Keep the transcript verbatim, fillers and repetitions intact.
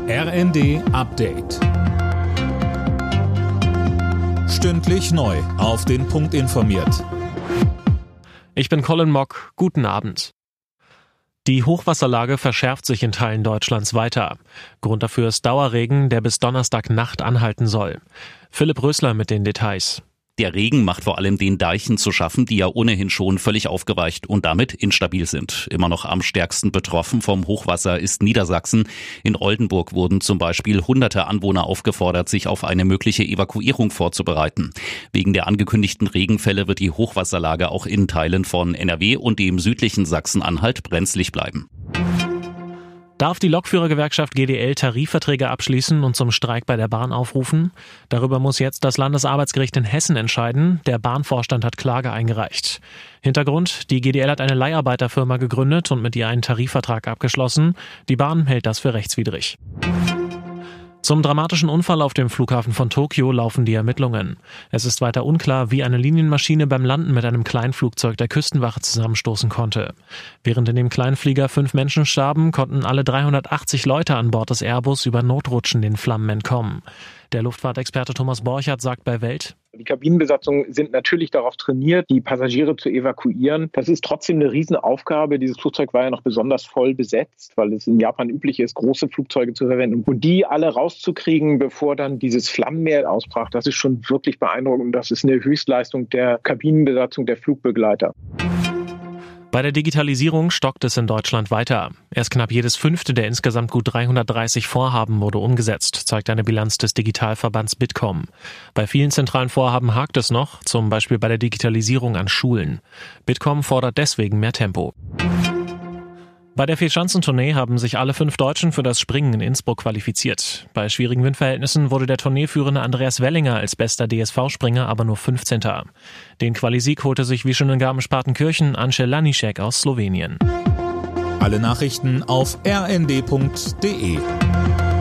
R N D Update. Stündlich neu auf den Punkt informiert. Ich bin Colin Mock. Guten Abend. Die Hochwasserlage verschärft sich in Teilen Deutschlands weiter. Grund dafür ist Dauerregen, der bis Donnerstagnacht anhalten soll. Philipp Rösler mit den Details. Der Regen macht vor allem den Deichen zu schaffen, die ja ohnehin schon völlig aufgeweicht und damit instabil sind. Immer noch am stärksten betroffen vom Hochwasser ist Niedersachsen. In Oldenburg wurden zum Beispiel hunderte Anwohner aufgefordert, sich auf eine mögliche Evakuierung vorzubereiten. Wegen der angekündigten Regenfälle wird die Hochwasserlage auch in Teilen von N R W und dem südlichen Sachsen-Anhalt brenzlig bleiben. Darf die Lokführergewerkschaft G D L Tarifverträge abschließen und zum Streik bei der Bahn aufrufen? Darüber muss jetzt das Landesarbeitsgericht in Hessen entscheiden. Der Bahnvorstand hat Klage eingereicht. Hintergrund: Die G D L hat eine Leiharbeiterfirma gegründet und mit ihr einen Tarifvertrag abgeschlossen. Die Bahn hält das für rechtswidrig. Zum dramatischen Unfall auf dem Flughafen von Tokio laufen die Ermittlungen. Es ist weiter unklar, wie eine Linienmaschine beim Landen mit einem Kleinflugzeug der Küstenwache zusammenstoßen konnte. Während in dem Kleinflieger fünf Menschen starben, konnten alle dreihundertachtzig Leute an Bord des Airbus über Notrutschen den Flammen entkommen. Der Luftfahrtexperte Thomas Borchardt sagt bei Welt: Die Kabinenbesatzungen sind natürlich darauf trainiert, die Passagiere zu evakuieren. Das ist trotzdem eine Riesenaufgabe. Dieses Flugzeug war ja noch besonders voll besetzt, weil es in Japan üblich ist, große Flugzeuge zu verwenden. Und die alle rauszukriegen, bevor dann dieses Flammenmeer ausbrach, das ist schon wirklich beeindruckend. Das ist eine Höchstleistung der Kabinenbesatzung der Flugbegleiter. Bei der Digitalisierung stockt es in Deutschland weiter. Erst knapp jedes fünfte der insgesamt gut dreihundertdreißig Vorhaben wurde umgesetzt, zeigt eine Bilanz des Digitalverbands Bitkom. Bei vielen zentralen Vorhaben hakt es noch, zum Beispiel bei der Digitalisierung an Schulen. Bitkom fordert deswegen mehr Tempo. Bei der Vierschanzentournee haben sich alle fünf Deutschen für das Springen in Innsbruck qualifiziert. Bei schwierigen Windverhältnissen wurde der Tourneeführende Andreas Wellinger als bester D S V-Springer aber nur fünfzehnter Den Quali-Sieg holte sich wie schon in Garmisch-Partenkirchen Ance Lanišek aus Slowenien. Alle Nachrichten auf r n d punkt d e.